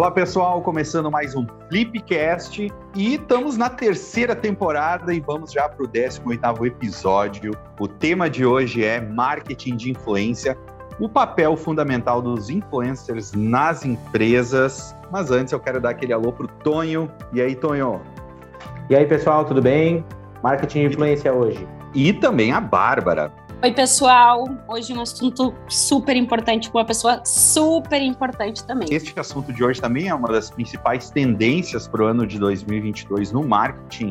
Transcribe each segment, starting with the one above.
Olá pessoal, começando mais um Flipcast e estamos na terceira temporada e vamos já para o 18º episódio. O tema de hoje é marketing de influência, o papel fundamental dos influencers nas empresas. Mas antes eu quero dar aquele alô pro Tonho. E aí, Tonho? E aí pessoal, tudo bem? Marketing de influência hoje. E também a Bárbara. Oi, pessoal. Hoje um assunto super importante com uma pessoa super importante também. Este assunto de hoje também é uma das principais tendências para o ano de 2022 no marketing.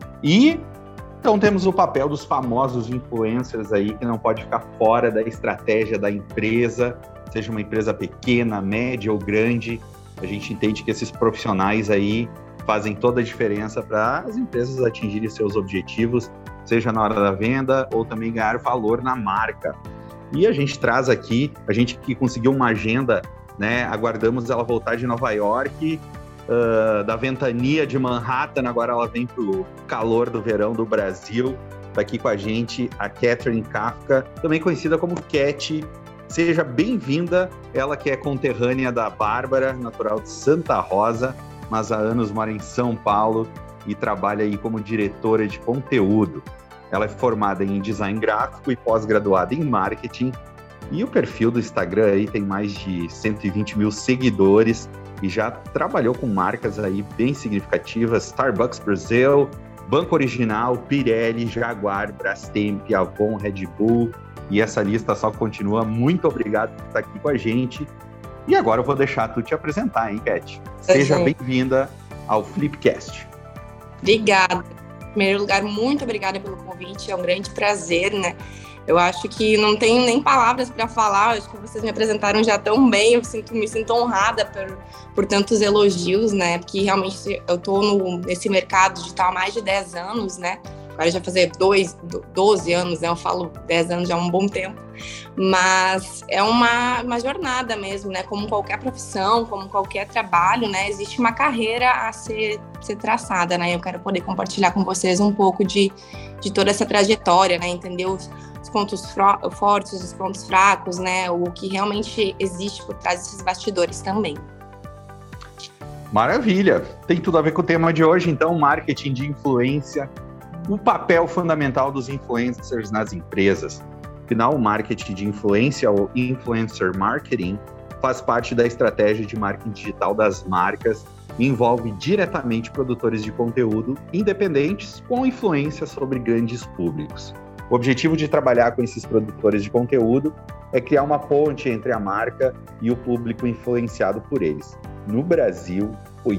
E então temos o papel dos famosos influencers aí, que não pode ficar fora da estratégia da empresa, seja uma empresa pequena, média ou grande. A gente entende que esses profissionais aí fazem toda a diferença para as empresas atingirem seus objetivos, seja na hora da venda ou também ganhar valor na marca. E a gente traz aqui, a gente que conseguiu uma agenda, né, aguardamos ela voltar de Nova York, da ventania de Manhattan, agora ela vem para o calor do verão do Brasil. Está aqui com a gente a Catherine Kafka, também conhecida como Cat. Seja bem-vinda, ela que é conterrânea da Bárbara, natural de Santa Rosa, mas há anos mora em São Paulo e trabalha aí como diretora de conteúdo. Ela é formada em design gráfico e pós-graduada em marketing. E o perfil do Instagram aí tem mais de 120 mil seguidores e já trabalhou com marcas aí bem significativas: Starbucks Brasil, Banco Original, Pirelli, Jaguar, Brastemp, Avon, Red Bull. E essa lista só continua. Muito obrigado por estar aqui com a gente. E agora eu vou deixar tu te apresentar, hein, Cat? Seja bem-vinda ao Flipcast. Obrigada. Em primeiro lugar, muito obrigada pelo convite, é um grande prazer, né? Eu acho que não tenho nem palavras para falar, acho que vocês me apresentaram já tão bem, eu me sinto honrada por tantos elogios, né? Porque realmente eu estou nesse mercado digital há mais de 10 anos, né? Agora já fazer 12 anos, né? Eu falo 10 anos já há um bom tempo. Mas é uma jornada mesmo, né? Como qualquer profissão, como qualquer trabalho, né? Existe uma carreira a ser traçada, né? Eu quero poder compartilhar com vocês um pouco de toda essa trajetória, né? Entender os pontos fortes, os pontos fracos, né? O que realmente existe por trás desses bastidores também. Maravilha! Tem tudo a ver com o tema de hoje, então, marketing de influência. O papel fundamental dos influencers nas empresas. Afinal, o marketing de influência, ou influencer marketing, faz parte da estratégia de marketing digital das marcas e envolve diretamente produtores de conteúdo independentes com influência sobre grandes públicos. O objetivo de trabalhar com esses produtores de conteúdo é criar uma ponte entre a marca e o público influenciado por eles. No Brasil,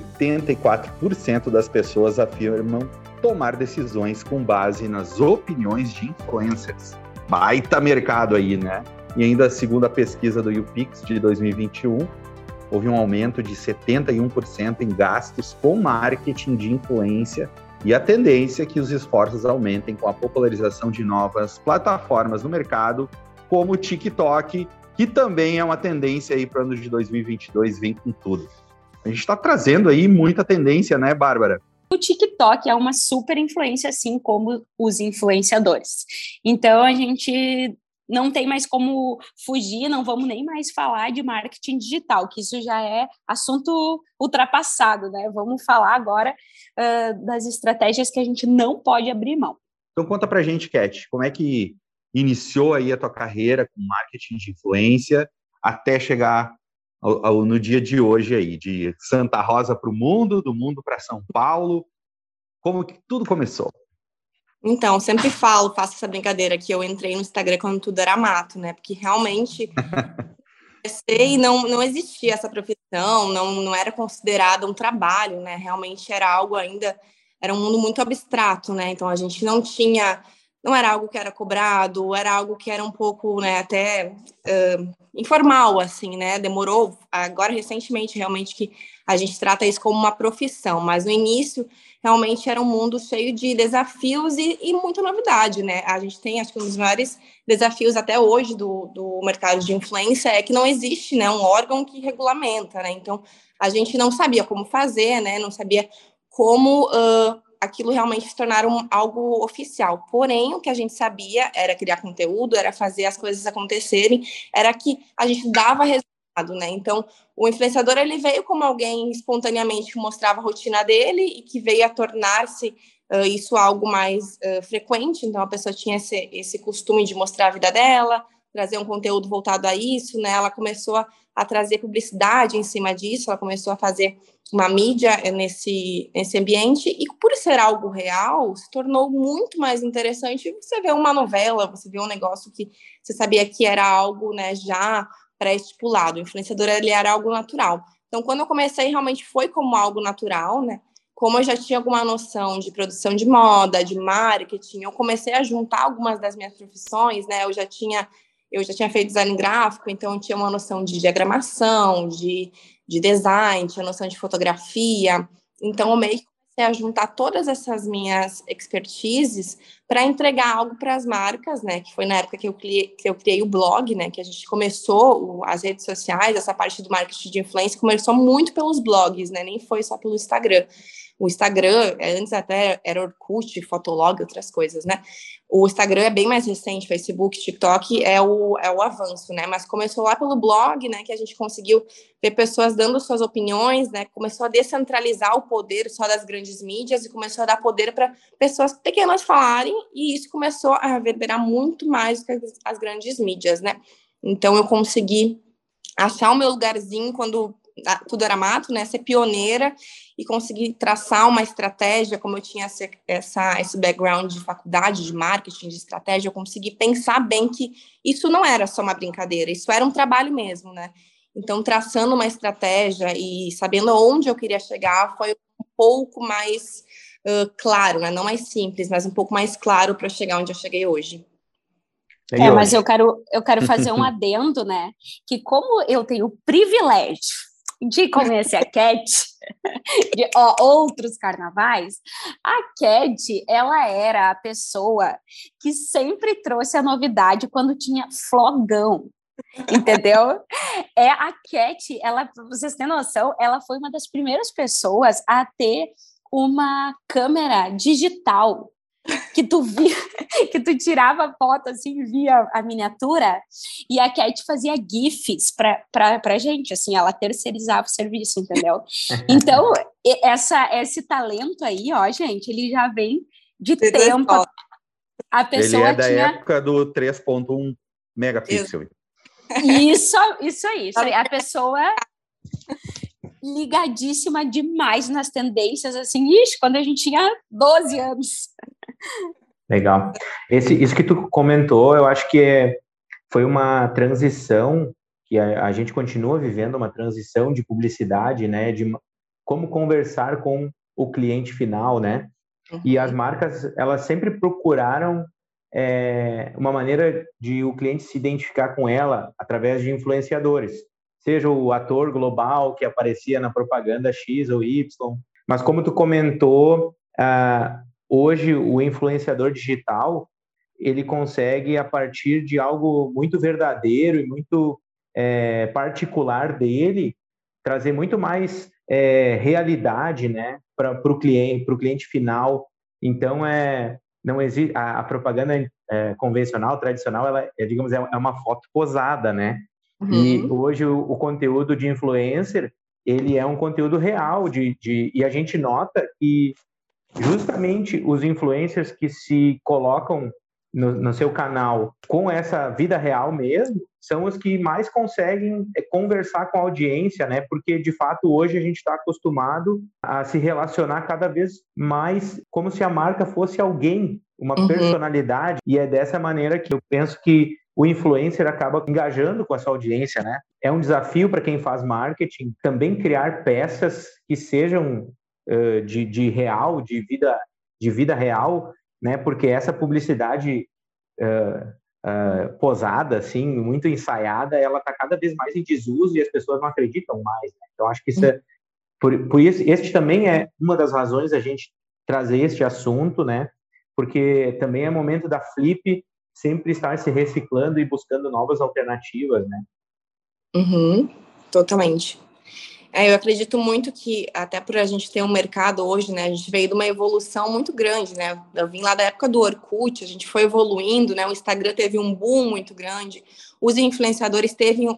84% das pessoas afirmam tomar decisões com base nas opiniões de influencers. Baita mercado aí, né? E ainda segundo a pesquisa do YouPix de 2021, houve um aumento de 71% em gastos com marketing de influência e a tendência é que os esforços aumentem com a popularização de novas plataformas no mercado, como o TikTok, que também é uma tendência aí para o ano de 2022, vem com tudo. A gente está trazendo aí muita tendência, né, Bárbara? O TikTok é uma super influência, assim como os influenciadores. Então, a gente não tem mais como fugir, não vamos nem mais falar de marketing digital, que isso já é assunto ultrapassado, né? Vamos falar agora das estratégias que a gente não pode abrir mão. Então, conta pra gente, Cat, como é que iniciou aí a tua carreira com marketing de influência até chegar no dia de hoje aí, de Santa Rosa para o mundo, do mundo para São Paulo, como que tudo começou? Então, sempre faço essa brincadeira que eu entrei no Instagram quando tudo era mato, né? Porque realmente não existia essa profissão, não era considerada um trabalho, né? Realmente era algo ainda, era um mundo muito abstrato, né? Então a gente não era algo que era cobrado, era algo que era um pouco, né, até informal, assim, né? Demorou, agora recentemente, realmente, que a gente trata isso como uma profissão, mas no início, realmente, era um mundo cheio de desafios e muita novidade, né? A gente tem, acho que um dos maiores desafios até hoje do mercado de influência é que não existe, né, um órgão que regulamenta, né? Então, a gente não sabia como fazer, né? Não sabia como aquilo realmente se tornar algo oficial. Porém, o que a gente sabia era criar conteúdo, era fazer as coisas acontecerem, era que a gente dava resultado, né? Então, o influenciador, ele veio como alguém espontaneamente que mostrava a rotina dele e que veio a tornar-se isso algo mais frequente. Então, a pessoa tinha esse costume de mostrar a vida dela, trazer um conteúdo voltado a isso, né? Ela começou a trazer publicidade em cima disso, ela começou a fazer uma mídia nesse ambiente, e por ser algo real, se tornou muito mais interessante você ver uma novela, você ver um negócio que você sabia que era algo, né, já pré-estipulado. O influenciador, ele era algo natural. Então, quando eu comecei, realmente foi como algo natural, né? Como eu já tinha alguma noção de produção de moda, de marketing, eu comecei a juntar algumas das minhas profissões, né? Eu já tinha feito design gráfico, então eu tinha uma noção de diagramação, de design, tinha noção de fotografia. Então, eu meio que comecei a juntar todas essas minhas expertises para entregar algo para as marcas, né? Que foi na época que eu criei o blog, né? Que a gente começou as redes sociais, essa parte do marketing de influência começou muito pelos blogs, né? Nem foi só pelo Instagram. O Instagram, antes até era Orkut, Fotolog, outras coisas, né? O Instagram é bem mais recente, Facebook, TikTok é o avanço, né? Mas começou lá pelo blog, né? Que a gente conseguiu ver pessoas dando suas opiniões, né? Começou a descentralizar o poder só das grandes mídias e começou a dar poder para pessoas pequenas falarem, e isso começou a reverberar muito mais do que as grandes mídias, né? Então, eu consegui achar o meu lugarzinho quando tudo era mato, né? Ser pioneira e conseguir traçar uma estratégia. Como eu tinha esse background de faculdade, de marketing, de estratégia, eu consegui pensar bem que isso não era só uma brincadeira, isso era um trabalho mesmo, né? Então, traçando uma estratégia e sabendo onde eu queria chegar, foi um pouco mais claro, né? Não mais simples, mas um pouco mais claro para chegar onde eu cheguei hoje. Mas eu quero fazer um adendo, né? Que como eu tenho o privilégio de conhecer a Cat de outros carnavais, a Cat, ela era a pessoa que sempre trouxe a novidade quando tinha flogão, entendeu? A Cat, ela, pra vocês terem noção, ela foi uma das primeiras pessoas a ter uma câmera digital que tu via, que tu tirava a foto assim, via a miniatura, e a Cat fazia GIFs pra gente, assim, ela terceirizava o serviço, entendeu? Então, esse talento aí, ó, gente, ele já vem de tempo. A pessoa ele é da época do 3.1 megapixel. Isso aí. A pessoa ligadíssima demais nas tendências, assim, quando a gente tinha 12 anos. Legal. Isso que tu comentou, eu acho que foi uma transição, que a gente continua vivendo uma transição de publicidade, né, de como conversar com o cliente final, né? Uhum. E as marcas, elas sempre procuraram uma maneira de o cliente se identificar com ela através de influenciadores, seja o ator global que aparecia na propaganda X ou Y, mas como tu comentou, hoje o influenciador digital, ele consegue, a partir de algo muito verdadeiro e muito particular dele, trazer muito mais realidade, né, para o cliente final. Então, não existe a propaganda convencional, tradicional, ela digamos, é uma foto posada, né? Uhum. E hoje o conteúdo de influencer, ele é um conteúdo real, e a gente nota que justamente os influencers que se colocam no seu canal com essa vida real mesmo, são os que mais conseguem conversar com a audiência, né? Porque, de fato, hoje a gente está acostumado a se relacionar cada vez mais como se a marca fosse alguém, uma personalidade, e é dessa maneira que eu penso que o influencer acaba engajando com essa audiência, né? É um desafio para quem faz marketing também criar peças que sejam de real, de vida real, né? Porque essa publicidade posada, assim, muito ensaiada, ela está cada vez mais em desuso e as pessoas não acreditam mais, né? Então, acho que isso por isso, este também é uma das razões da gente trazer este assunto, né? Porque também é momento da Flip sempre estar se reciclando e buscando novas alternativas, né? Totalmente. Eu acredito muito que, até por a gente ter um mercado hoje, né, a gente veio de uma evolução muito grande, né, eu vim lá da época do Orkut, a gente foi evoluindo, né, o Instagram teve um boom muito grande, os influenciadores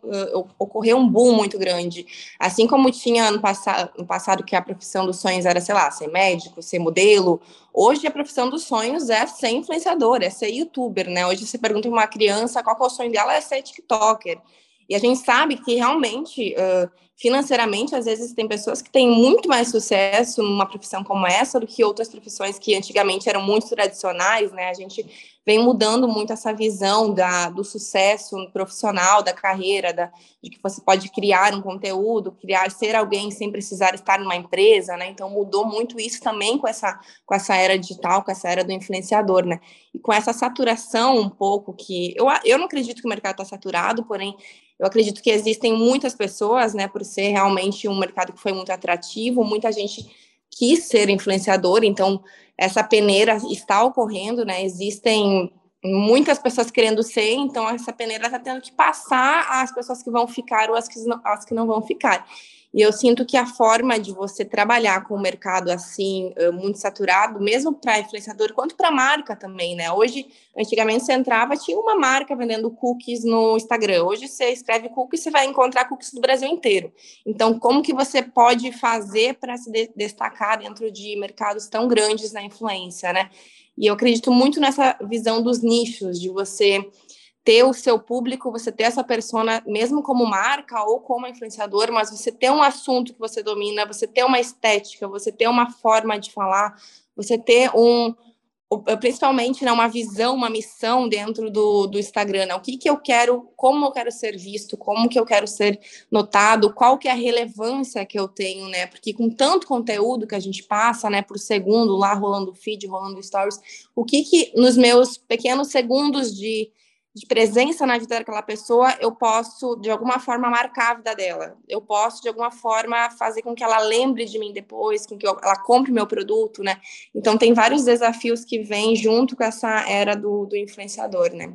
ocorreu um boom muito grande, assim como tinha no passado que a profissão dos sonhos era, sei lá, ser médico, ser modelo, hoje a profissão dos sonhos é ser influenciador, é ser youtuber, né, hoje você pergunta para uma criança qual que é o sonho dela, é ser tiktoker, e a gente sabe que realmente, financeiramente, às vezes tem pessoas que têm muito mais sucesso numa profissão como essa do que outras profissões que antigamente eram muito tradicionais, né? A gente vem mudando muito essa visão do sucesso profissional, da carreira, de que você pode criar um conteúdo, ser alguém sem precisar estar numa empresa, né? Então mudou muito isso também com essa era digital, com essa era do influenciador, né? E com essa saturação um pouco que... Eu não acredito que o mercado está saturado, porém eu acredito que existem muitas pessoas, né, por ser realmente um mercado que foi muito atrativo, muita gente quis ser influenciador, então essa peneira está ocorrendo, né, existem muitas pessoas querendo ser, então essa peneira está tendo que passar às pessoas que vão ficar ou às que não vão ficar. E eu sinto que a forma de você trabalhar com o mercado assim, muito saturado, mesmo para influenciador, quanto para marca também, né? Hoje, antigamente você entrava, tinha uma marca vendendo cookies no Instagram. Hoje você escreve cookies, você vai encontrar cookies do Brasil inteiro. Então, como que você pode fazer para se destacar dentro de mercados tão grandes na influência, né? E eu acredito muito nessa visão dos nichos, de você ter o seu público, você ter essa persona, mesmo como marca ou como influenciador, mas você ter um assunto que você domina, você ter uma estética, você ter uma forma de falar, você ter principalmente, né, uma visão, uma missão dentro do Instagram, né? O que eu quero, como eu quero ser visto, como que eu quero ser notado, qual que é a relevância que eu tenho, né? Porque com tanto conteúdo que a gente passa, né, por segundo, lá rolando feed, rolando stories, o que nos meus pequenos segundos de presença na vida daquela pessoa, eu posso, de alguma forma, marcar a vida dela. Eu posso, de alguma forma, fazer com que ela lembre de mim depois, com que ela compre meu produto, né? Então, tem vários desafios que vêm junto com essa era do influenciador, né?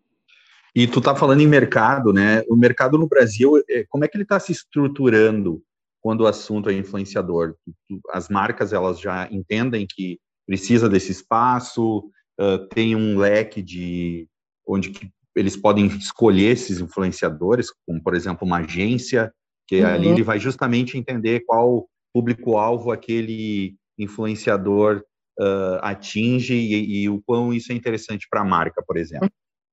E tu tá falando em mercado, né? O mercado no Brasil, como é que ele está se estruturando quando o assunto é influenciador? As marcas, elas já entendem que precisa desse espaço, tem um leque onde eles podem escolher esses influenciadores, como, por exemplo, uma agência, que ali ele vai justamente entender qual público-alvo aquele influenciador atinge e o quão isso é interessante para a marca, por exemplo.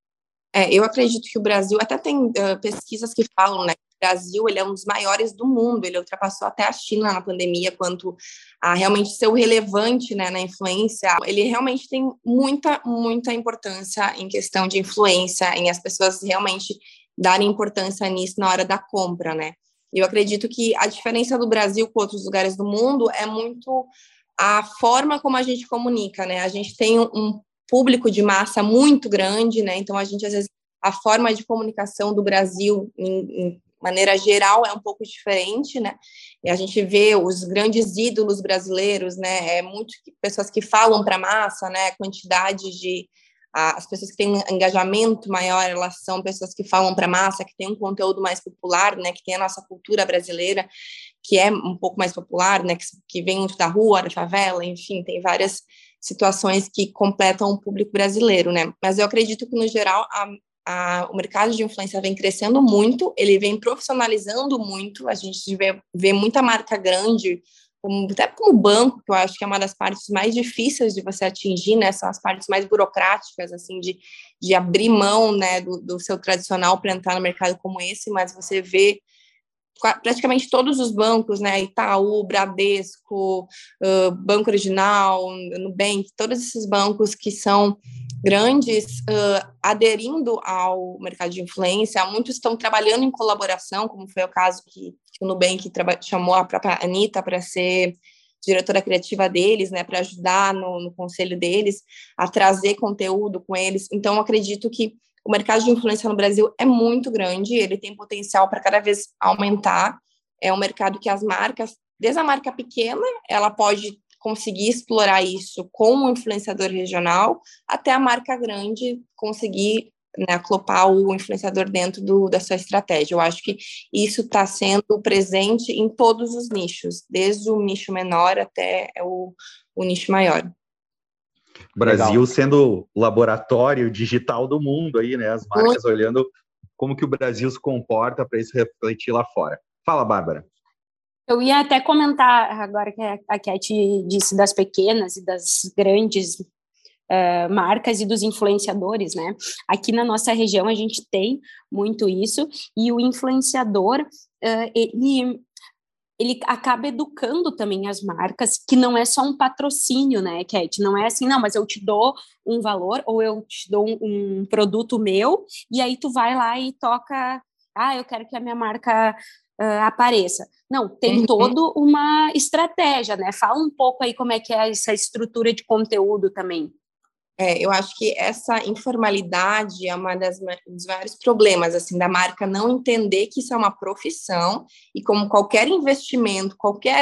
Eu acredito que o Brasil, até tem pesquisas que falam, né, que o Brasil ele é um dos maiores do mundo, ele ultrapassou até a China na pandemia, quanto a realmente ser o relevante, né, na influência. Ele realmente tem muita, muita importância em questão de influência, em as pessoas realmente darem importância nisso na hora da compra, né. Eu acredito que a diferença do Brasil com outros lugares do mundo é muito a forma como a gente comunica, né. A gente tem um público de massa muito grande, né? Então, a gente, às vezes, a forma de comunicação do Brasil, em maneira geral, é um pouco diferente, né? E a gente vê os grandes ídolos brasileiros, né? Pessoas que falam para a massa, né? A quantidade de... As pessoas que têm um engajamento maior, elas são pessoas que falam para a massa, que têm um conteúdo mais popular, né? Que tem a nossa cultura brasileira, que é um pouco mais popular, né? Que vem muito da rua, da favela, enfim, tem várias situações que completam o público brasileiro, né? Mas eu acredito que, no geral, o mercado de influência vem crescendo muito, ele vem profissionalizando muito, a gente vê muita marca grande, até como banco, que eu acho que é uma das partes mais difíceis de você atingir, né? São as partes mais burocráticas, assim, de abrir mão, né, do seu tradicional para entrar no mercado como esse, mas você vê praticamente todos os bancos, né, Itaú, Bradesco, Banco Original, Nubank, todos esses bancos que são grandes, aderindo ao mercado de influência, muitos estão trabalhando em colaboração, como foi o caso que o Nubank chamou a própria Anitta para ser diretora criativa deles, né, para ajudar no conselho deles, a trazer conteúdo com eles. Então, eu acredito que o mercado de influência no Brasil é muito grande, ele tem potencial para cada vez aumentar. É um mercado que as marcas, desde a marca pequena, ela pode conseguir explorar isso com um influenciador regional, até a marca grande conseguir né, acoplar o influenciador dentro da sua estratégia. Eu acho que isso está sendo presente em todos os nichos, desde o nicho menor até o nicho maior. Brasil Legal. sendo o laboratório digital do mundo aí, né? As marcas olhando como que o Brasil se comporta para isso refletir lá fora. Fala, Bárbara. Eu ia até comentar, agora que a Cat disse das pequenas e das grandes marcas e dos influenciadores, né? Aqui na nossa região a gente tem muito isso, e o influenciador, ele acaba educando também as marcas, que não é só um patrocínio, né, Cat? Não é assim, não, mas eu te dou um valor, ou eu te dou um produto meu, e aí tu vai lá e toca, eu quero que a minha marca apareça. Não, tem toda uma estratégia, né? Fala um pouco aí como é que é essa estrutura de conteúdo também. Eu acho que essa informalidade é uma dos vários problemas, assim, da marca não entender que isso é uma profissão e como qualquer investimento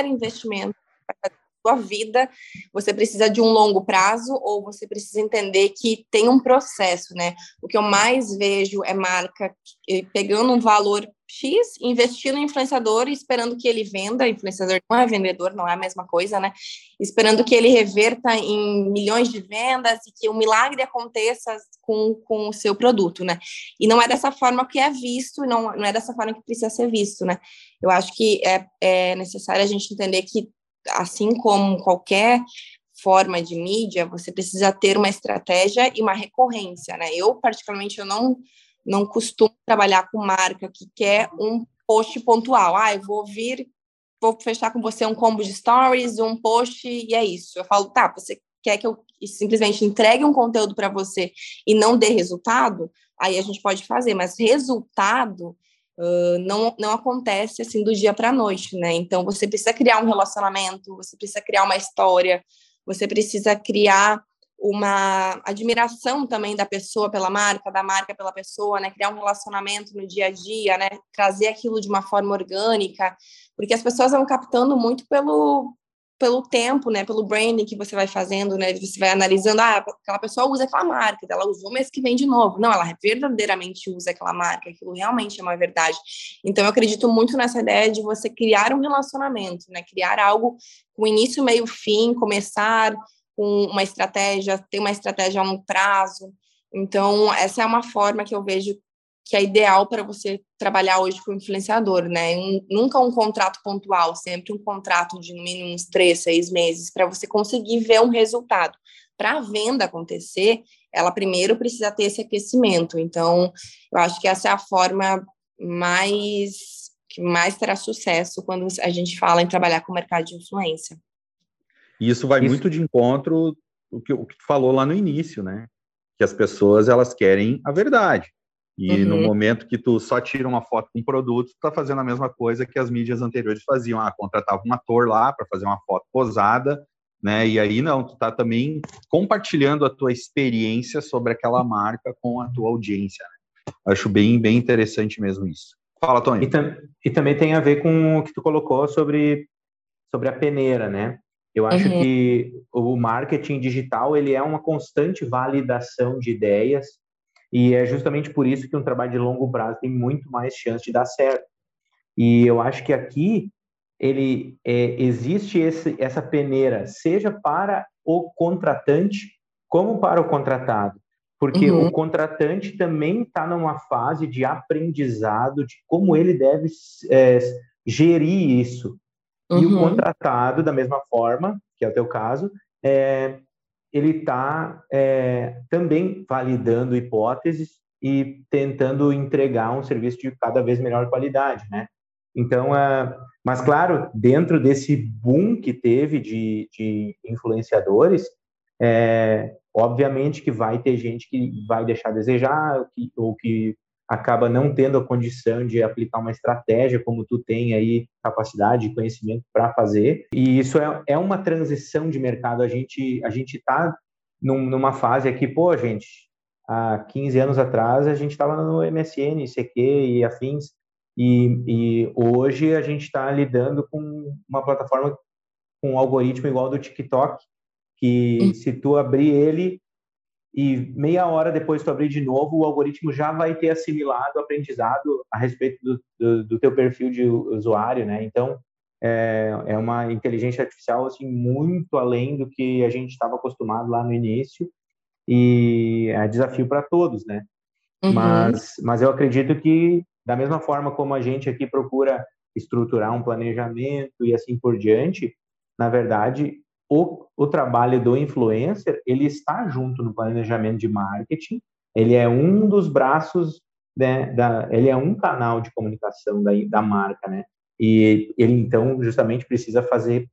para a sua vida, você precisa de um longo prazo ou você precisa entender que tem um processo, né? O que eu mais vejo é marca pegando um valor X, investindo em influenciador e esperando que ele venda. Influenciador não é vendedor, não é a mesma coisa, né? Esperando que ele reverta em milhões de vendas e que um milagre aconteça com o seu produto, né? E não é dessa forma que é visto, não é dessa forma que precisa ser visto, né? Eu acho que é necessário a gente entender que, assim como qualquer forma de mídia, você precisa ter uma estratégia e uma recorrência, né? Eu, particularmente, eu não costumo trabalhar com marca que quer um post pontual. Eu vou fechar com você um combo de stories, um post, e é isso. Eu falo, tá, você quer que eu simplesmente entregue um conteúdo para você e não dê resultado? Aí a gente pode fazer, mas resultado não acontece assim do dia para a noite, né? Então, você precisa criar um relacionamento, você precisa criar uma história, você precisa criar uma admiração também da pessoa pela marca, da marca pela pessoa, né? Criar um relacionamento no dia a dia, né? Trazer aquilo de uma forma orgânica, porque as pessoas vão captando muito pelo tempo, né? Pelo branding que você vai fazendo, né? Você vai analisando, aquela pessoa usa aquela marca, ela usou, mas que vem de novo. Não, ela verdadeiramente usa aquela marca, aquilo realmente é uma verdade. Então, eu acredito muito nessa ideia de você criar um relacionamento, né? Criar algo com início, meio, fim, começar com uma estratégia, ter uma estratégia a um prazo. Então, essa é uma forma que eu vejo que é ideal para você trabalhar hoje com influenciador, né? Nunca um contrato pontual, sempre um contrato de no mínimo uns 3, 6 meses, para você conseguir ver um resultado. Para a venda acontecer, ela primeiro precisa ter esse aquecimento. Então, eu acho que essa é a forma que mais terá sucesso quando a gente fala em trabalhar com o mercado de influência. E isso vai muito de encontro o que tu falou lá no início, né? Que as pessoas, elas querem a verdade. E no momento que tu só tira uma foto com um produto, tu tá fazendo a mesma coisa que as mídias anteriores faziam. Contratava um ator lá para fazer uma foto posada, né? E aí não, tu tá também compartilhando a tua experiência sobre aquela marca com a tua audiência, né? Acho bem, bem interessante mesmo isso. Fala, Tony. E também tem a ver com o que tu colocou sobre a peneira, né? Eu acho que o marketing digital, ele é uma constante validação de ideias, e é justamente por isso que um trabalho de longo prazo tem muito mais chance de dar certo. E eu acho que aqui existe essa peneira, seja para o contratante como para o contratado, porque o contratante também está numa fase de aprendizado de como ele deve gerir isso. E o contratado, da mesma forma, que é o teu caso, ele está também validando hipóteses e tentando entregar um serviço de cada vez melhor qualidade, né? Então, mas claro, dentro desse boom que teve de influenciadores, obviamente que vai ter gente que vai deixar a desejar ou que acaba não tendo a condição de aplicar uma estratégia como tu tem aí capacidade e conhecimento para fazer. E isso é uma transição de mercado. A gente está numa fase aqui, gente, há 15 anos atrás a gente estava no MSN, ICQ e afins, e hoje a gente está lidando com uma plataforma com um algoritmo igual ao do TikTok, que se tu abrir ele, e meia hora depois que tu abrir de novo, o algoritmo já vai ter assimilado o aprendizado a respeito do teu perfil de usuário, né? Então, é uma inteligência artificial, assim, muito além do que a gente estava acostumado lá no início, e é desafio para todos, né? Mas eu acredito que, da mesma forma como a gente aqui procura estruturar um planejamento e assim por diante, na verdade, o trabalho do influencer, ele está junto no planejamento de marketing, ele é um dos braços, né, ele é um canal de comunicação da marca, né? E ele, então, justamente precisa fazer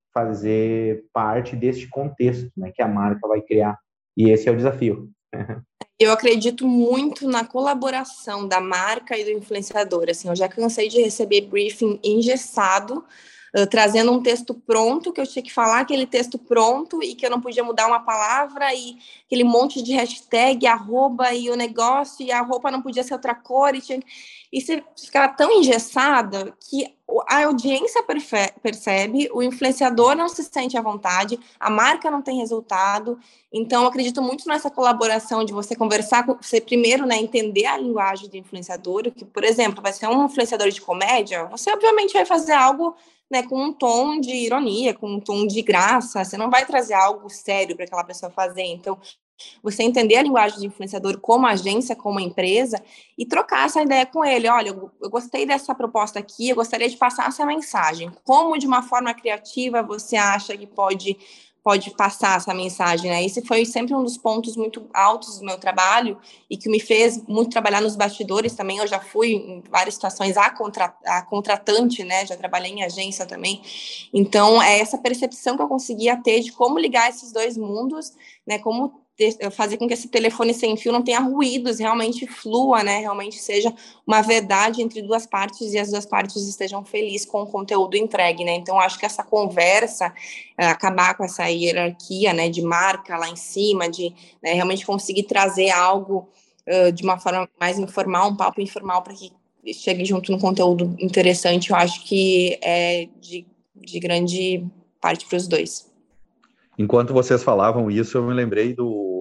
parte deste contexto, né, que a marca vai criar. E esse é o desafio. Eu acredito muito na colaboração da marca e do influenciador. Assim, eu já cansei de receber briefing engessado, trazendo um texto pronto, que eu tinha que falar aquele texto pronto e que eu não podia mudar uma palavra, e aquele monte de hashtag, arroba, e o negócio, e a roupa não podia ser outra cor, e você ficava tão engessada que a audiência percebe, o influenciador não se sente à vontade, a marca não tem resultado. Então, eu acredito muito nessa colaboração de você conversar com você primeiro, né, entender a linguagem do influenciador, que, por exemplo, vai ser um influenciador de comédia, você obviamente vai fazer algo, né, com um tom de ironia, com um tom de graça, você não vai trazer algo sério para aquela pessoa fazer. Então, você entender a linguagem do influenciador como agência, como empresa, e trocar essa ideia com ele. Olha, eu gostei dessa proposta aqui, eu gostaria de passar essa mensagem. Como, de uma forma criativa, você acha que pode passar essa mensagem, né? Esse foi sempre um dos pontos muito altos do meu trabalho e que me fez muito trabalhar nos bastidores também. Eu já fui em várias situações a contratante, né? Já trabalhei em agência também. Então, é essa percepção que eu conseguia ter de como ligar esses dois mundos, né? Como fazer com que esse telefone sem fio não tenha ruídos, realmente flua, né? Realmente seja uma verdade entre duas partes e as duas partes estejam felizes com o conteúdo entregue, né? Então, acho que essa conversa, acabar com essa hierarquia, né, de marca lá em cima, de, né, realmente conseguir trazer algo de uma forma mais informal, um papo informal para que chegue junto no conteúdo interessante, eu acho que é de grande parte para os dois. Enquanto vocês falavam isso, eu me lembrei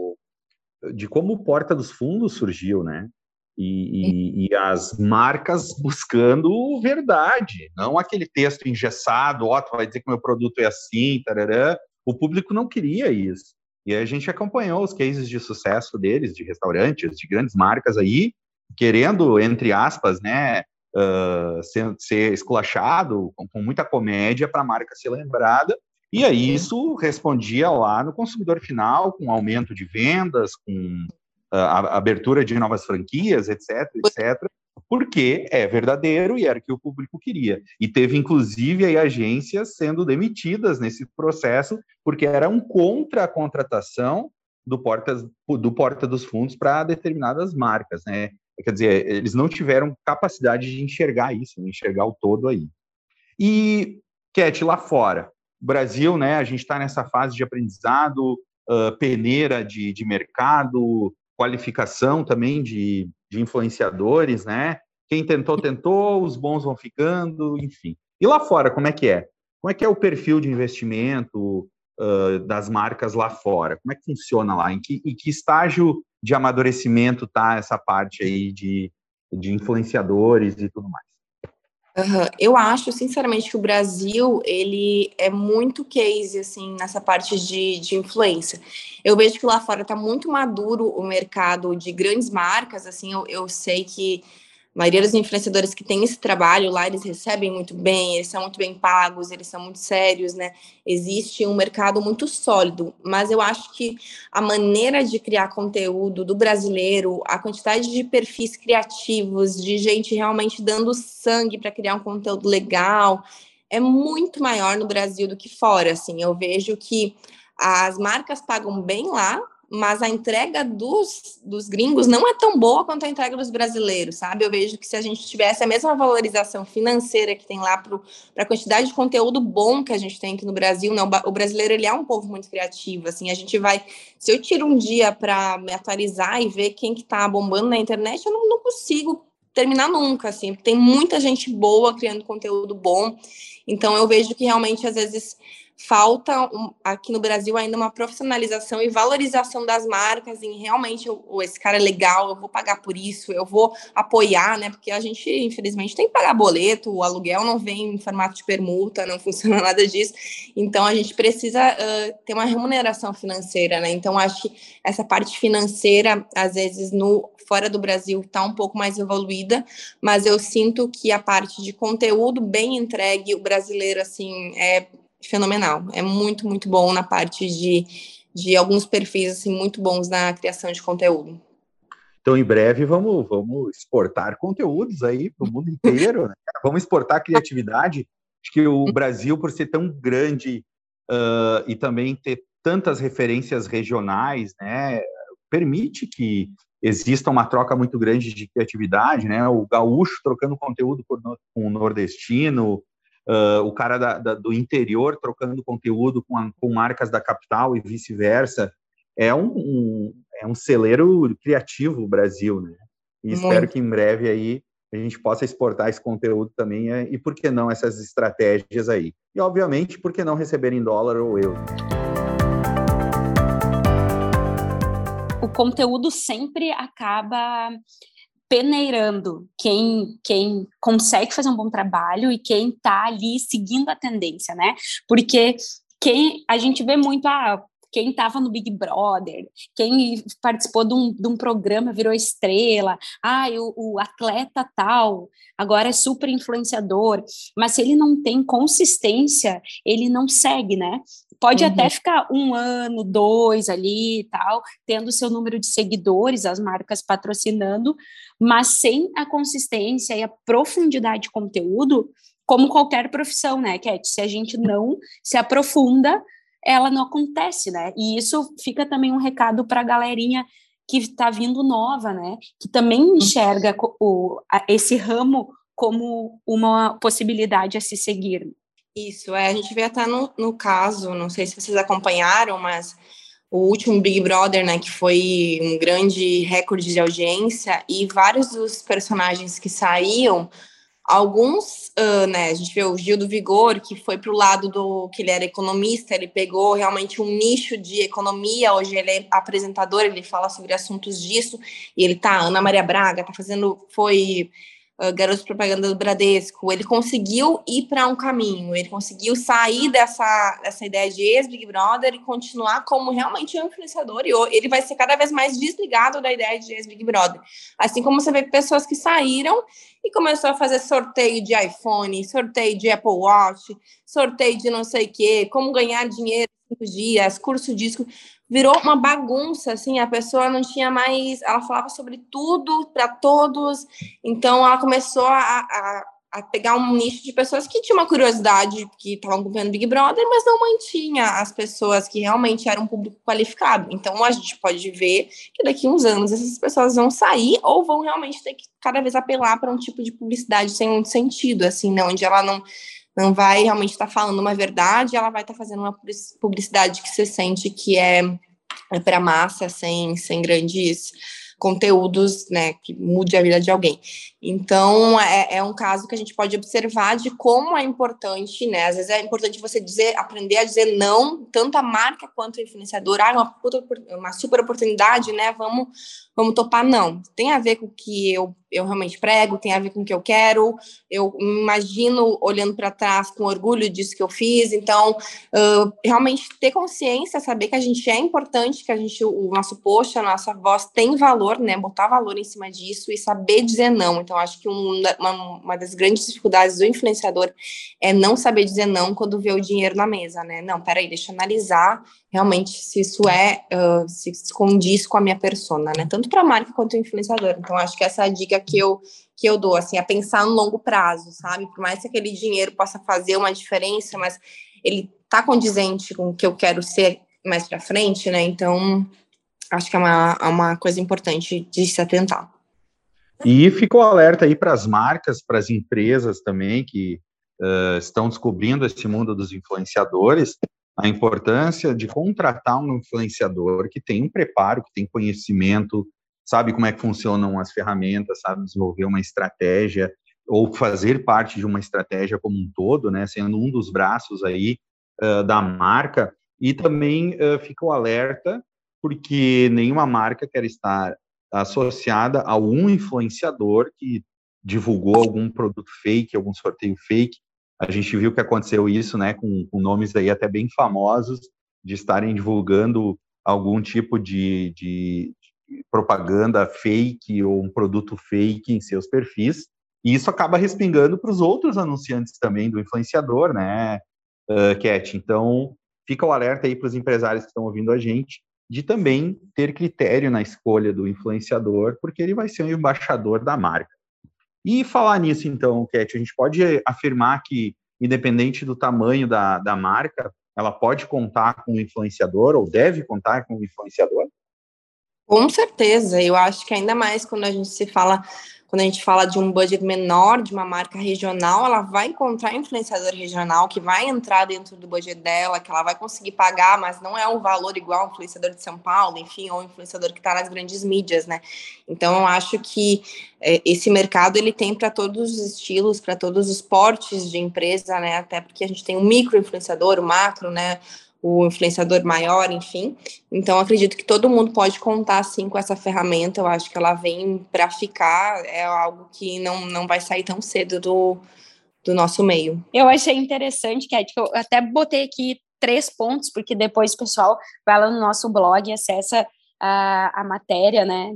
de como o Porta dos Fundos surgiu, né? E as marcas buscando verdade, não aquele texto engessado, tu vai dizer que meu produto é assim, tarará. O público não queria isso. E a gente acompanhou os cases de sucesso deles, de restaurantes, de grandes marcas aí, querendo, entre aspas, né, ser esculachado, com muita comédia para a marca ser lembrada. E aí isso respondia lá no consumidor final, com aumento de vendas, com a abertura de novas franquias, etc., porque é verdadeiro e era o que o público queria. E teve, inclusive, aí, agências sendo demitidas nesse processo, porque era um contra a contratação do Porta dos Fundos para determinadas marcas, né? Quer dizer, eles não tiveram capacidade de enxergar isso, enxergar o todo aí. E, Cat, lá fora, Brasil, né, a gente está nessa fase de aprendizado, peneira de mercado, qualificação também de influenciadores, né? Quem tentou, os bons vão ficando, enfim. E lá fora, como é que é? Como é que é o perfil de investimento das marcas lá fora? Como é que funciona lá? Em que estágio de amadurecimento está essa parte aí de influenciadores e tudo mais? Eu acho, sinceramente, que o Brasil, ele é muito case, assim, nessa parte de influência. Eu vejo que lá fora está muito maduro o mercado de grandes marcas, assim, eu sei que a maioria dos influenciadores que tem esse trabalho lá, eles recebem muito bem, eles são muito bem pagos, eles são muito sérios, né? Existe um mercado muito sólido, mas eu acho que a maneira de criar conteúdo do brasileiro, a quantidade de perfis criativos, de gente realmente dando sangue para criar um conteúdo legal, é muito maior no Brasil do que fora, assim. Eu vejo que as marcas pagam bem lá, mas a entrega dos gringos não é tão boa quanto a entrega dos brasileiros, sabe? Eu vejo que se a gente tivesse a mesma valorização financeira que tem lá para a quantidade de conteúdo bom que a gente tem aqui no Brasil, né? O brasileiro, ele é um povo muito criativo, assim, a gente vai... Se eu tiro um dia para me atualizar e ver quem que tá bombando na internet, eu não consigo terminar nunca, assim, tem muita gente boa criando conteúdo bom, então eu vejo que realmente, às vezes, falta aqui no Brasil ainda uma profissionalização e valorização das marcas em realmente, esse cara é legal, eu vou pagar por isso, eu vou apoiar, né? Porque a gente, infelizmente, tem que pagar boleto, o aluguel não vem em formato de permuta, não funciona nada disso. Então, a gente precisa ter uma remuneração financeira, né? Então, acho que essa parte financeira, às vezes, fora do Brasil, está um pouco mais evoluída, mas eu sinto que a parte de conteúdo bem entregue, o brasileiro, assim, é fenomenal. É muito, muito bom na parte de alguns perfis, assim, muito bons na criação de conteúdo. Então, em breve, vamos exportar conteúdos aí para o mundo inteiro, né? Vamos exportar criatividade. Acho que o Brasil, por ser tão grande e também ter tantas referências regionais, né, permite que exista uma troca muito grande de criatividade, né? O gaúcho trocando conteúdo com o nordestino, o cara do interior trocando conteúdo com marcas da capital e vice-versa. É um celeiro criativo o Brasil, né? E espero que em breve aí a gente possa exportar esse conteúdo também e, por que não, essas estratégias aí. E, obviamente, por que não receber em dólar ou euro? O conteúdo sempre acaba peneirando quem consegue fazer um bom trabalho e quem está ali seguindo a tendência, né? Porque a gente vê muito quem estava no Big Brother, quem participou de um programa virou estrela, o atleta tal, agora é super influenciador, mas se ele não tem consistência, ele não segue, né? Pode até ficar 1 ano, 2 ali e tal, tendo seu número de seguidores, as marcas patrocinando, mas sem a consistência e a profundidade de conteúdo, como qualquer profissão, né, Cat? Se a gente não se aprofunda, ela não acontece, né? E isso fica também um recado para a galerinha que está vindo nova, né? Que também enxerga esse ramo como uma possibilidade a se seguir. Isso, a gente vê até no caso, não sei se vocês acompanharam, mas o último Big Brother, né, que foi um grande recorde de audiência, e vários dos personagens que saíam, alguns, né, a gente vê o Gil do Vigor, que foi para o lado que ele era economista, ele pegou realmente um nicho de economia, hoje ele é apresentador, ele fala sobre assuntos disso, e ele Ana Maria Braga, foi garoto propaganda do Bradesco, ele conseguiu ir para um caminho, ele conseguiu sair dessa ideia de ex-Big Brother e continuar como realmente um influenciador, e ele vai ser cada vez mais desligado da ideia de ex-Big Brother. Assim como você vê pessoas que saíram e começou a fazer sorteio de iPhone, sorteio de Apple Watch, sorteio de não sei o quê, como ganhar dinheiro em 5 dias, curso disco, virou uma bagunça, assim, a pessoa não tinha mais, ela falava sobre tudo para todos, então ela começou a pegar um nicho de pessoas que tinham uma curiosidade, que estavam acompanhando Big Brother, mas não mantinha as pessoas que realmente eram um público qualificado. Então a gente pode ver que daqui a uns anos essas pessoas vão sair ou vão realmente ter que cada vez apelar para um tipo de publicidade sem muito sentido, assim, né, onde ela não vai realmente estar falando uma verdade, ela vai estar fazendo uma publicidade que você sente que é para massa, sem grandes conteúdos, né, que mude a vida de alguém. Então, é um caso que a gente pode observar de como é importante, né, às vezes é importante você aprender a dizer não, tanto a marca quanto o influenciador, uma super oportunidade, né, vamos topar, não. Tem a ver com o que eu realmente prego, tem a ver com o que eu quero, eu me imagino olhando para trás com orgulho disso que eu fiz, então, realmente ter consciência, saber que a gente é importante, que o nosso post, a nossa voz tem valor, né, botar valor em cima disso e saber dizer não. Então, acho que uma das grandes dificuldades do influenciador é não saber dizer não quando vê o dinheiro na mesa, né? Não, peraí, deixa eu analisar realmente se isso se condiz com a minha persona, né? Tanto para a marca quanto o influenciador. Então, acho que essa é a dica que eu dou, assim, é pensar no longo prazo, sabe? Por mais que aquele dinheiro possa fazer uma diferença, mas ele tá condizente com o que eu quero ser mais para frente, né? Então, acho que é uma coisa importante de se atentar. E ficou alerta aí para as marcas, para as empresas também que estão descobrindo esse mundo dos influenciadores, a importância de contratar um influenciador que tem um preparo, que tem conhecimento, sabe como é que funcionam as ferramentas, sabe desenvolver uma estratégia ou fazer parte de uma estratégia como um todo, né, sendo um dos braços aí da marca, e também fica o alerta, porque nenhuma marca quer estar associada a um influenciador que divulgou algum produto fake, algum sorteio fake. A gente viu que aconteceu isso, né, com nomes aí até bem famosos, de estarem divulgando algum tipo de propaganda fake ou um produto fake em seus perfis, e isso acaba respingando para os outros anunciantes também do influenciador, né, Cat? Então, fica o alerta aí para os empresários que estão ouvindo a gente, de também ter critério na escolha do influenciador, porque ele vai ser o embaixador da marca. E falar nisso, então, Cat, a gente pode afirmar que, independente do tamanho da marca, ela pode contar com um influenciador, ou deve contar com um influenciador? Com certeza, eu acho que ainda mais quando a gente fala de um budget menor, de uma marca regional, ela vai encontrar influenciador regional que vai entrar dentro do budget dela, que ela vai conseguir pagar, mas não é um valor igual ao influenciador de São Paulo, enfim, ou influenciador que está nas grandes mídias, né? Então, eu acho que esse mercado, ele tem para todos os estilos, para todos os portes de empresa, né? Até porque a gente tem o micro influenciador, o macro, né? O influenciador maior, enfim. Então, acredito que todo mundo pode contar, sim, com essa ferramenta. Eu acho que ela vem para ficar, é algo que não vai sair tão cedo do nosso meio. Eu achei interessante, Cat, que eu até botei aqui 3 pontos, porque depois o pessoal vai lá no nosso blog e acessa a matéria, né,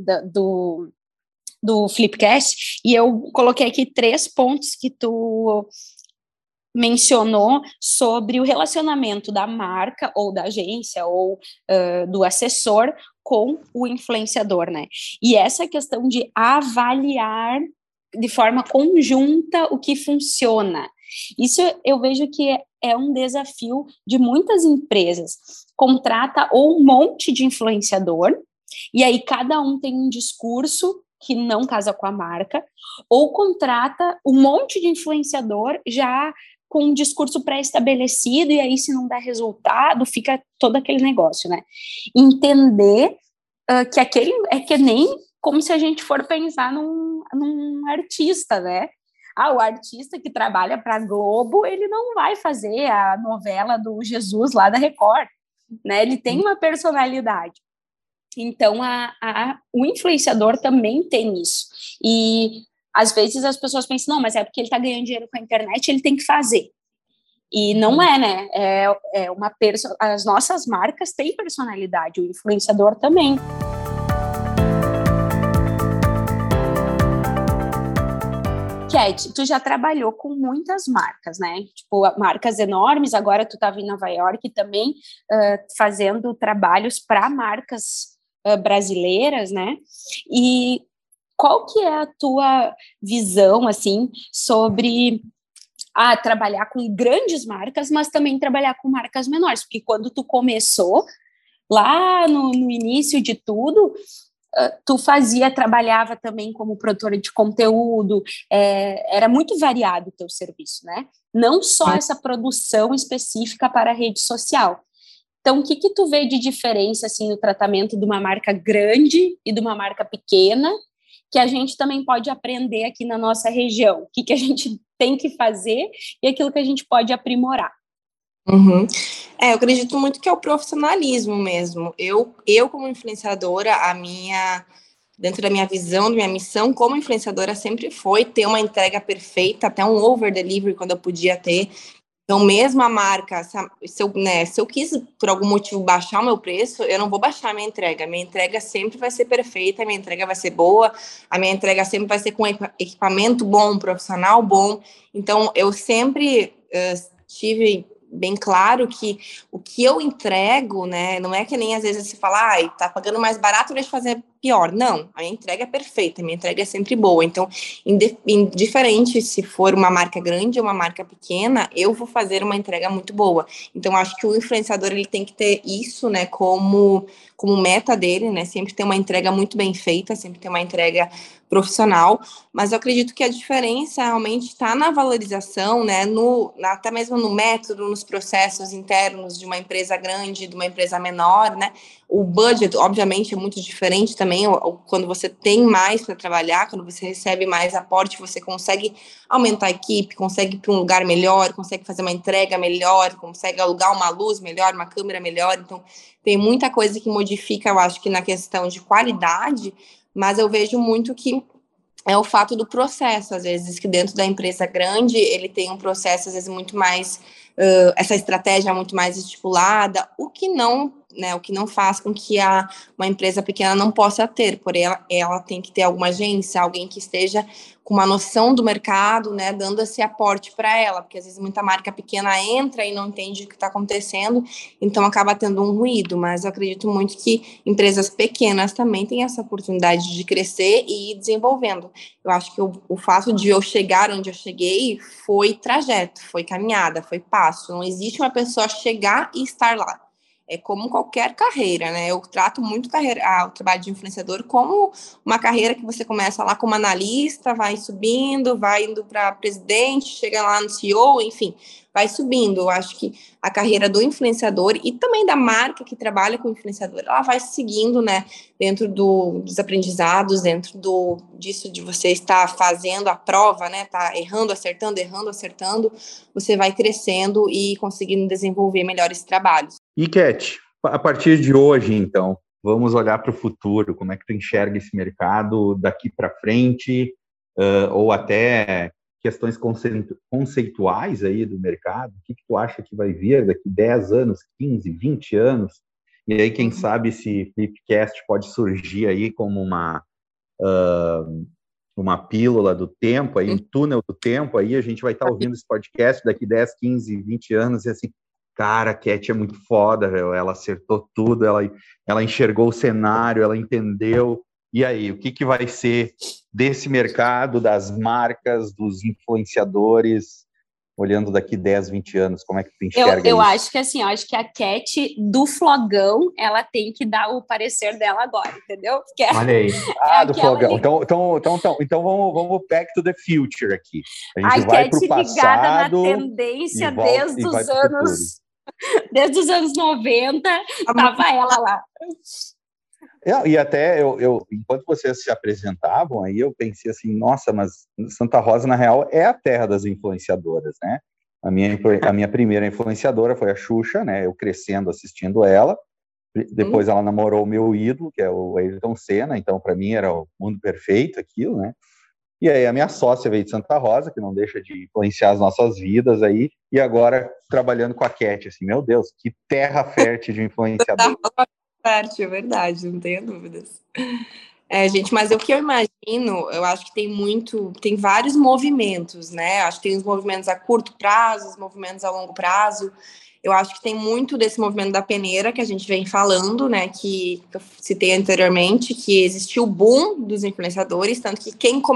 do Flipcast, e eu coloquei aqui 3 pontos que tu mencionou sobre o relacionamento da marca ou da agência ou do assessor com o influenciador, né? E essa questão de avaliar de forma conjunta o que funciona. Isso eu vejo que é um desafio de muitas empresas. Contrata ou um monte de influenciador, e aí cada um tem um discurso que não casa com a marca, ou contrata um monte de influenciador já com um discurso pré-estabelecido, e aí se não dá resultado, fica todo aquele negócio, né? Entender que aquele é que nem como se a gente for pensar num artista, né? O artista que trabalha para a Globo, ele não vai fazer a novela do Jesus lá da Record, né? Ele tem uma personalidade. Então, o influenciador também tem isso. E às vezes as pessoas pensam, não, mas é porque ele está ganhando dinheiro com a internet, ele tem que fazer. E não é, né? As nossas marcas têm personalidade, o influenciador também. Cat, tu já trabalhou com muitas marcas, né? Tipo, marcas enormes, agora tu estava em Nova York também fazendo trabalhos para marcas brasileiras, né? E qual que é a tua visão, assim, sobre trabalhar com grandes marcas, mas também trabalhar com marcas menores? Porque quando tu começou, lá no início de tudo, tu trabalhava também como produtora de conteúdo, era muito variado o teu serviço, né? Não só essa produção específica para a rede social. Então, o que tu vê de diferença, assim, no tratamento de uma marca grande e de uma marca pequena, que a gente também pode aprender aqui na nossa região? O que a gente tem que fazer e aquilo que a gente pode aprimorar? Uhum. Eu acredito muito que é o profissionalismo mesmo. Eu como influenciadora, dentro da minha visão, da minha missão como influenciadora sempre foi ter uma entrega perfeita, até um over-delivery quando eu podia ter. Então, mesmo a marca, se eu quis, por algum motivo, baixar o meu preço, eu não vou baixar a minha entrega. A minha entrega sempre vai ser perfeita, a minha entrega vai ser boa, a minha entrega sempre vai ser com equipamento bom, profissional bom. Então, eu sempre tive bem claro que o que eu entrego, né, não é que nem às vezes se fala, tá pagando mais barato, deixa eu fazer pior. Não, a minha entrega é perfeita, a minha entrega é sempre boa. Então, indiferente se for uma marca grande ou uma marca pequena, eu vou fazer uma entrega muito boa. Então, acho que o influenciador, ele tem que ter isso, né, como meta dele, né, sempre ter uma entrega muito bem feita, sempre ter uma entrega profissional, mas eu acredito que a diferença realmente está na valorização, né, até mesmo no método, nos processos internos de uma empresa grande, de uma empresa menor, né, o budget, obviamente, é muito diferente também também, quando você tem mais para trabalhar, quando você recebe mais aporte, você consegue aumentar a equipe, consegue ir para um lugar melhor, consegue fazer uma entrega melhor, consegue alugar uma luz melhor, uma câmera melhor. Então, tem muita coisa que modifica, eu acho que na questão de qualidade, mas eu vejo muito que é o fato do processo, às vezes, que dentro da empresa grande, ele tem um processo, às vezes, muito mais, essa estratégia muito mais estipulada, o que não faz com que uma empresa pequena não possa ter, porém, ela tem que ter alguma agência, alguém que esteja com uma noção do mercado, né, dando esse aporte para ela, porque às vezes muita marca pequena entra e não entende o que está acontecendo, então acaba tendo um ruído, mas eu acredito muito que empresas pequenas também têm essa oportunidade de crescer e ir desenvolvendo. Eu acho que o fato de eu chegar onde eu cheguei foi trajeto, foi caminhada, foi passo, não existe uma pessoa chegar e estar lá. É como qualquer carreira, né? Eu trato muito o trabalho de influenciador como uma carreira que você começa lá como analista, vai subindo, vai indo para presidente, chega lá no CEO, enfim, vai subindo. Eu acho que a carreira do influenciador e também da marca que trabalha com o influenciador, ela vai seguindo, né? Dentro dos aprendizados, dentro disso de você estar fazendo a prova, né? Tá errando, acertando, você vai crescendo e conseguindo desenvolver melhores trabalhos. E, Cat, a partir de hoje, então, vamos olhar para o futuro. Como é que tu enxerga esse mercado daqui para frente, ou até questões conceituais aí do mercado? O que tu acha que vai vir daqui 10 anos, 15, 20 anos? E aí, quem sabe esse Flipcast pode surgir aí como uma pílula do tempo, aí, um túnel do tempo, aí a gente vai estar ouvindo esse podcast daqui 10, 15, 20 anos e assim, cara, a Cat é muito foda, velho. Ela acertou tudo, ela enxergou o cenário, ela entendeu. E aí, o que vai ser desse mercado, das marcas, dos influenciadores, olhando daqui 10, 20 anos? Como é que tu enxerga eu isso? acho que assim, eu acho que a Cat do Flogão, ela tem que dar o parecer dela agora, entendeu? Porque Olha aí. Do Flogão. Então vamos back to the future aqui. A gente vai para o passado ligada na tendência desde os anos 90, tava ela lá. E até enquanto vocês se apresentavam, aí eu pensei assim, nossa, mas Santa Rosa, na real, é a terra das influenciadoras, né? A minha primeira influenciadora foi a Xuxa, né? Eu crescendo, assistindo ela. Depois ela namorou o meu ídolo, que é o Ayrton Senna, então para mim era o mundo perfeito aquilo, né? E aí a minha sócia veio de Santa Rosa, que não deixa de influenciar as nossas vidas aí, e agora trabalhando com a Cat, assim, meu Deus, que terra fértil de influenciador. É verdade, não tenho dúvidas. Gente, mas o que eu imagino, eu acho que tem vários movimentos, né? Acho que tem os movimentos a curto prazo, os movimentos a longo prazo. Eu acho que tem muito desse movimento da peneira que a gente vem falando, né? Que eu citei anteriormente, que existiu o boom dos influenciadores, tanto que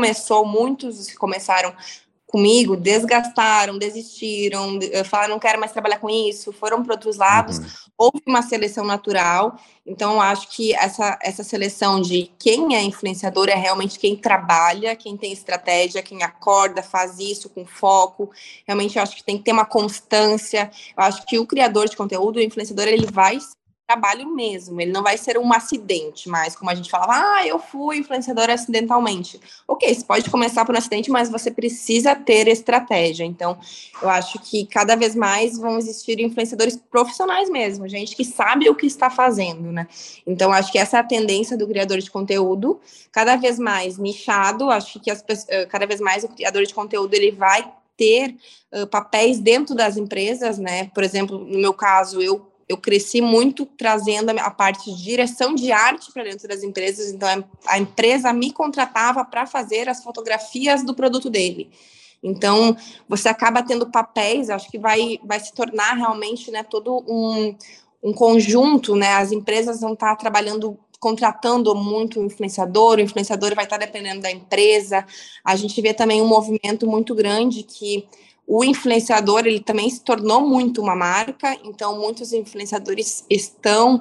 muitos começaram comigo, desgastaram, desistiram, falaram, não quero mais trabalhar com isso, foram para outros lados, houve uma seleção natural, então eu acho que essa seleção de quem é influenciador é realmente quem trabalha, quem tem estratégia, quem acorda, faz isso com foco, realmente eu acho que tem que ter uma constância, eu acho que o criador de conteúdo, o influenciador, ele vai trabalho mesmo, ele não vai ser um acidente, mas como a gente falava, eu fui influenciadora acidentalmente. Ok, você pode começar por um acidente, mas você precisa ter estratégia. Então, eu acho que cada vez mais vão existir influenciadores profissionais mesmo, gente que sabe o que está fazendo, né? Então, acho que essa é a tendência do criador de conteúdo, cada vez mais nichado, acho que cada vez mais o criador de conteúdo, ele vai ter papéis dentro das empresas, né? Por exemplo, no meu caso, eu cresci muito trazendo a parte de direção de arte para dentro das empresas, então a empresa me contratava para fazer as fotografias do produto dele. Então, você acaba tendo papéis, acho que vai se tornar realmente, né, todo um conjunto, né, as empresas vão estar contratando muito o influenciador vai estar dependendo da empresa. A gente vê também um movimento muito grande que o influenciador, ele também se tornou muito uma marca, então muitos influenciadores estão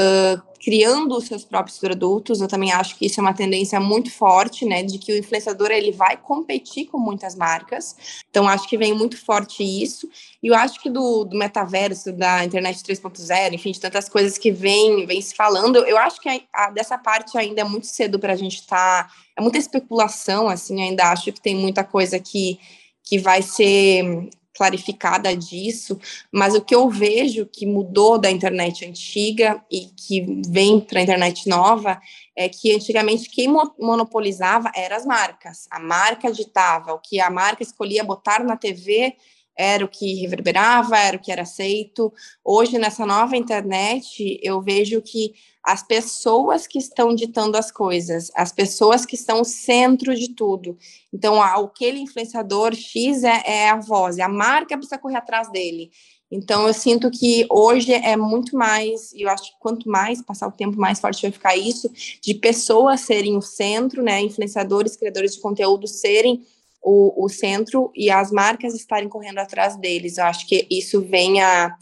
criando os seus próprios produtos. Eu também acho que isso é uma tendência muito forte, né, de que o influenciador, ele vai competir com muitas marcas, então acho que vem muito forte isso, e eu acho que do metaverso, da internet 3.0, enfim, de tantas coisas que vem se falando, eu acho que dessa parte ainda é muito cedo para a gente estar, é muita especulação, assim, ainda acho que tem muita coisa que vai ser clarificada disso, mas o que eu vejo que mudou da internet antiga e que vem para a internet nova é que antigamente quem monopolizava eram as marcas. A marca ditava, o que a marca escolhia botar na TV era o que reverberava, era o que era aceito. Hoje, nessa nova internet, eu vejo que as pessoas que estão ditando as coisas, as pessoas que estão o centro de tudo. Então, aquele influenciador X é a voz, a marca precisa correr atrás dele. Então, eu sinto que hoje é muito mais, e eu acho que quanto mais passar o tempo, mais forte vai ficar isso, de pessoas serem o centro, né? Influenciadores, criadores de conteúdo serem o centro e as marcas estarem correndo atrás deles. Eu acho que isso vem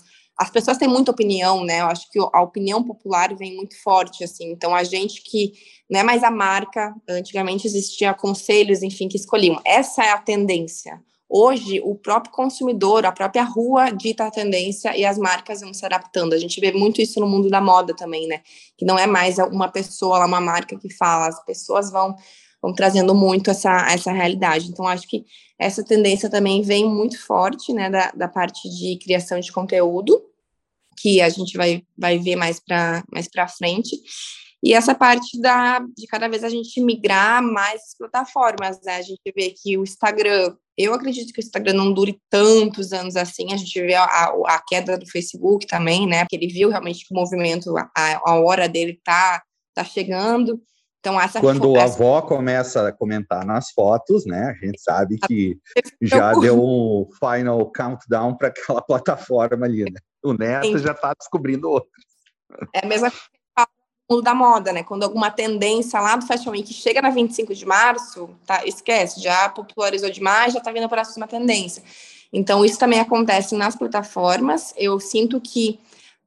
as pessoas têm muita opinião, né? Eu acho que a opinião popular vem muito forte, assim. Então, a gente que não é mais a marca, antigamente existia conselhos, enfim, que escolhiam. Essa é a tendência. Hoje, o próprio consumidor, a própria rua dita a tendência e as marcas vão se adaptando. A gente vê muito isso no mundo da moda também, né? Que não é mais uma pessoa, uma marca que fala, as pessoas vão trazendo muito essa realidade. Então, acho que essa tendência também vem muito forte, né, da parte de criação de conteúdo, que a gente vai ver mais para frente. E essa parte de cada vez a gente migrar mais as plataformas, né? A gente vê que o Instagram, eu acredito que o Instagram não dure tantos anos assim, a gente vê a queda do Facebook também, né? Porque ele viu realmente que o movimento, a hora dele tá chegando. Então, quando a avó começa a comentar nas fotos, né, a gente sabe que já deu um final countdown para aquela plataforma ali, né? O neto já está descobrindo outros. É a mesma coisa no mundo da moda, né? Quando alguma tendência lá do Fashion Week chega na 25 de março, tá, esquece, já popularizou demais, já está vindo para a próxima tendência. Então, isso também acontece nas plataformas. Eu sinto que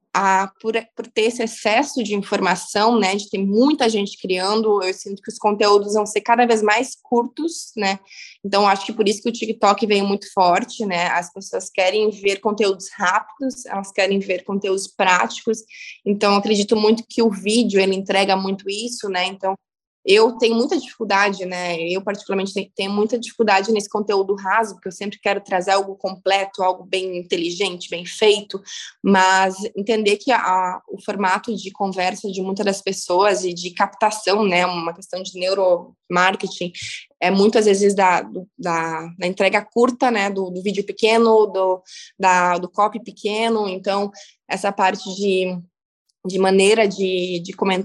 por ter esse excesso de informação, né, de ter muita gente criando, eu sinto que os conteúdos vão ser cada vez mais curtos, né, então acho que por isso que o TikTok veio muito forte, né, as pessoas querem ver conteúdos rápidos, elas querem ver conteúdos práticos, então acredito muito que o vídeo, ele entrega muito isso, né, então eu tenho muita dificuldade, né? Eu, particularmente, tenho muita dificuldade nesse conteúdo raso, porque eu sempre quero trazer algo completo, algo bem inteligente, bem feito, mas entender que o formato de conversa de muitas das pessoas e de captação, né? Uma questão de neuromarketing, é muitas vezes da entrega curta, né? Do vídeo pequeno, do copy pequeno. Então, essa parte de maneira de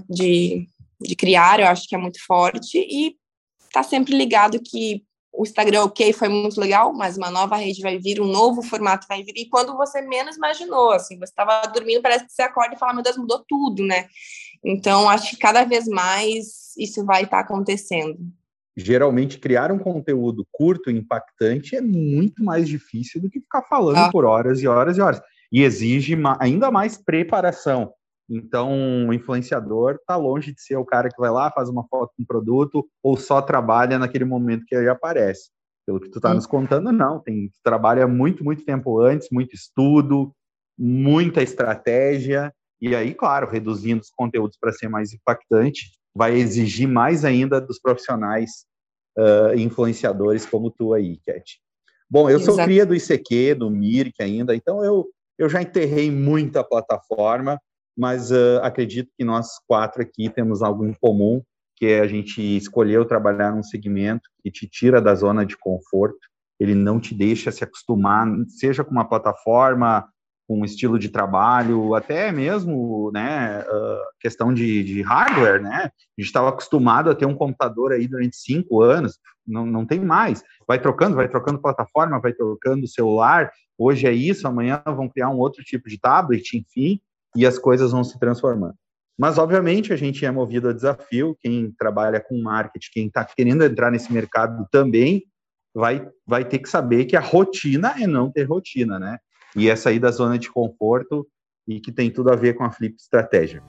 criar, eu acho que é muito forte, e tá sempre ligado que o Instagram, ok, foi muito legal, mas uma nova rede vai vir, um novo formato vai vir, e quando você menos imaginou, assim, você estava dormindo, parece que você acorda e fala, meu Deus, mudou tudo, né? Então, acho que cada vez mais isso vai estar acontecendo. Geralmente, criar um conteúdo curto e impactante é muito mais difícil do que ficar falando por horas e horas e horas, e exige ainda mais preparação. Então, o influenciador está longe de ser o cara que vai lá, faz uma foto com um produto ou só trabalha naquele momento que ele aparece. Pelo que tu está nos contando, não. Tu trabalha muito, muito tempo antes, muito estudo, muita estratégia. E aí, claro, reduzindo os conteúdos para ser mais impactante, vai exigir mais ainda dos profissionais influenciadores como tu aí, Cat. Bom, eu sou cria do ICQ, do Mirk ainda, então eu já enterrei muito a plataforma, mas acredito que nós quatro aqui temos algo em comum, que é a gente escolheu trabalhar num segmento que te tira da zona de conforto, ele não te deixa se acostumar, seja com uma plataforma, com um estilo de trabalho, até mesmo, né, questão de hardware, né? A gente estava acostumado a ter um computador aí durante 5 anos, não tem mais. Vai trocando plataforma, vai trocando celular, hoje é isso, amanhã vão criar um outro tipo de tablet, enfim, e as coisas vão se transformando. Mas, obviamente, a gente é movido a desafio, quem trabalha com marketing, quem está querendo entrar nesse mercado também, vai ter que saber que a rotina é não ter rotina, né? E é sair da zona de conforto e que tem tudo a ver com a Flip Estratégia.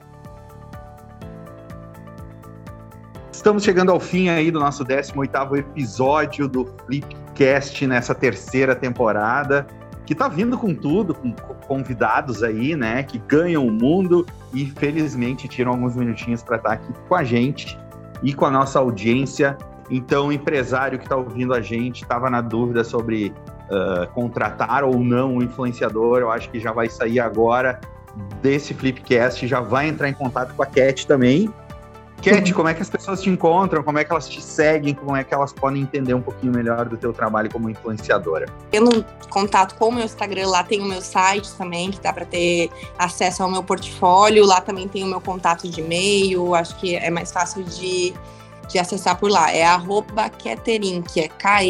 Estamos chegando ao fim aí do nosso 18º episódio do Flipcast nessa terceira temporada, que tá vindo com tudo, com convidados aí, né, que ganham o mundo e felizmente tiram alguns minutinhos para estar aqui com a gente e com a nossa audiência. Então, o empresário que está ouvindo a gente estava na dúvida sobre contratar ou não um influenciador, eu acho que já vai sair agora desse Flipcast, já vai entrar em contato com a Cat também. Cat, como é que as pessoas te encontram? Como é que elas te seguem? Como é que elas podem entender um pouquinho melhor do teu trabalho como influenciadora? Tendo contato com o meu Instagram, lá tem o meu site também, que dá para ter acesso ao meu portfólio. Lá também tem o meu contato de e-mail. Acho que é mais fácil de acessar por lá. É @Ketherink, que é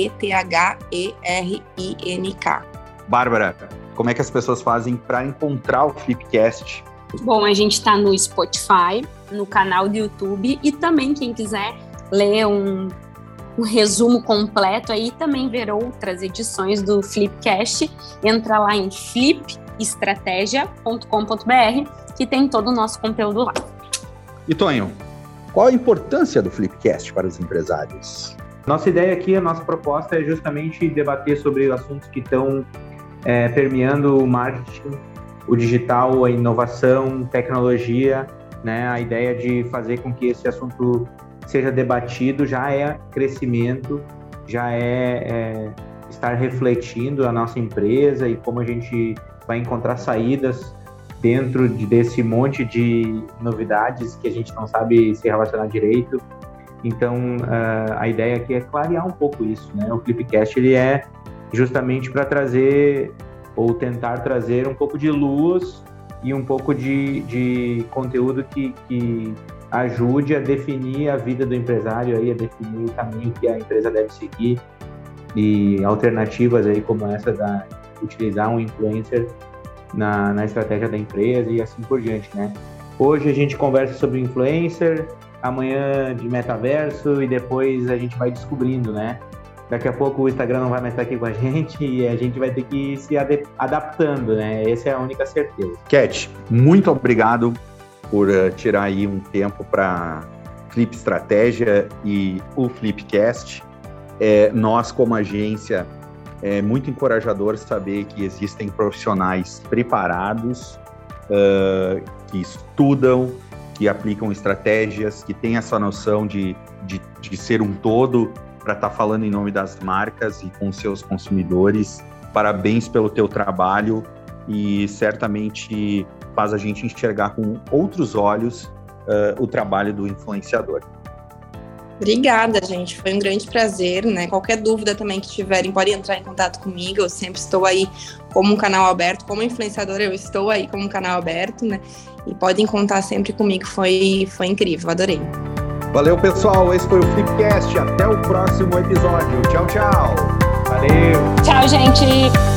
KETHERINK. Bárbara, como é que as pessoas fazem para encontrar o Flipcast? Bom, a gente está no Spotify, no canal do YouTube, e também quem quiser ler um resumo completo aí, também ver outras edições do Flipcast, entra lá em flipestrategia.com.br, que tem todo o nosso conteúdo lá. E Tonho, qual a importância do Flipcast para os empresários? Nossa ideia aqui, a nossa proposta é justamente debater sobre assuntos que estão permeando o marketing, o digital, a inovação, tecnologia, né? A ideia de fazer com que esse assunto seja debatido já é crescimento, já é estar refletindo a nossa empresa e como a gente vai encontrar saídas dentro desse monte de novidades que a gente não sabe se relacionar direito. Então, a ideia aqui é clarear um pouco isso, né? O Flipcast, ele é justamente para trazer ou tentar trazer um pouco de luz e um pouco de conteúdo que ajude a definir a vida do empresário, aí, a definir o caminho que a empresa deve seguir e alternativas aí como essa da utilizar um influencer na estratégia da empresa e assim por diante, né? Hoje a gente conversa sobre influencer, amanhã de metaverso e depois a gente vai descobrindo, né? Daqui a pouco o Instagram não vai mais estar aqui com a gente e a gente vai ter que ir se adaptando, né? Essa é a única certeza. Cat, muito obrigado por tirar aí um tempo para Flip Estratégia e o Flipcast. Nós, como agência, é muito encorajador saber que existem profissionais preparados, que estudam, que aplicam estratégias, que têm essa noção de ser um todo, para estar falando em nome das marcas e com seus consumidores. Parabéns pelo teu trabalho e certamente faz a gente enxergar com outros olhos o trabalho do influenciador. Obrigada, gente. Foi um grande prazer, né? Qualquer dúvida também que tiverem, podem entrar em contato comigo. Eu sempre estou aí como um canal aberto. Como influenciadora, eu estou aí como um canal aberto, né? E podem contar sempre comigo. Foi incrível, adorei. Valeu, pessoal. Esse foi o Flipcast. Até o próximo episódio. Tchau, tchau. Valeu. Tchau, gente.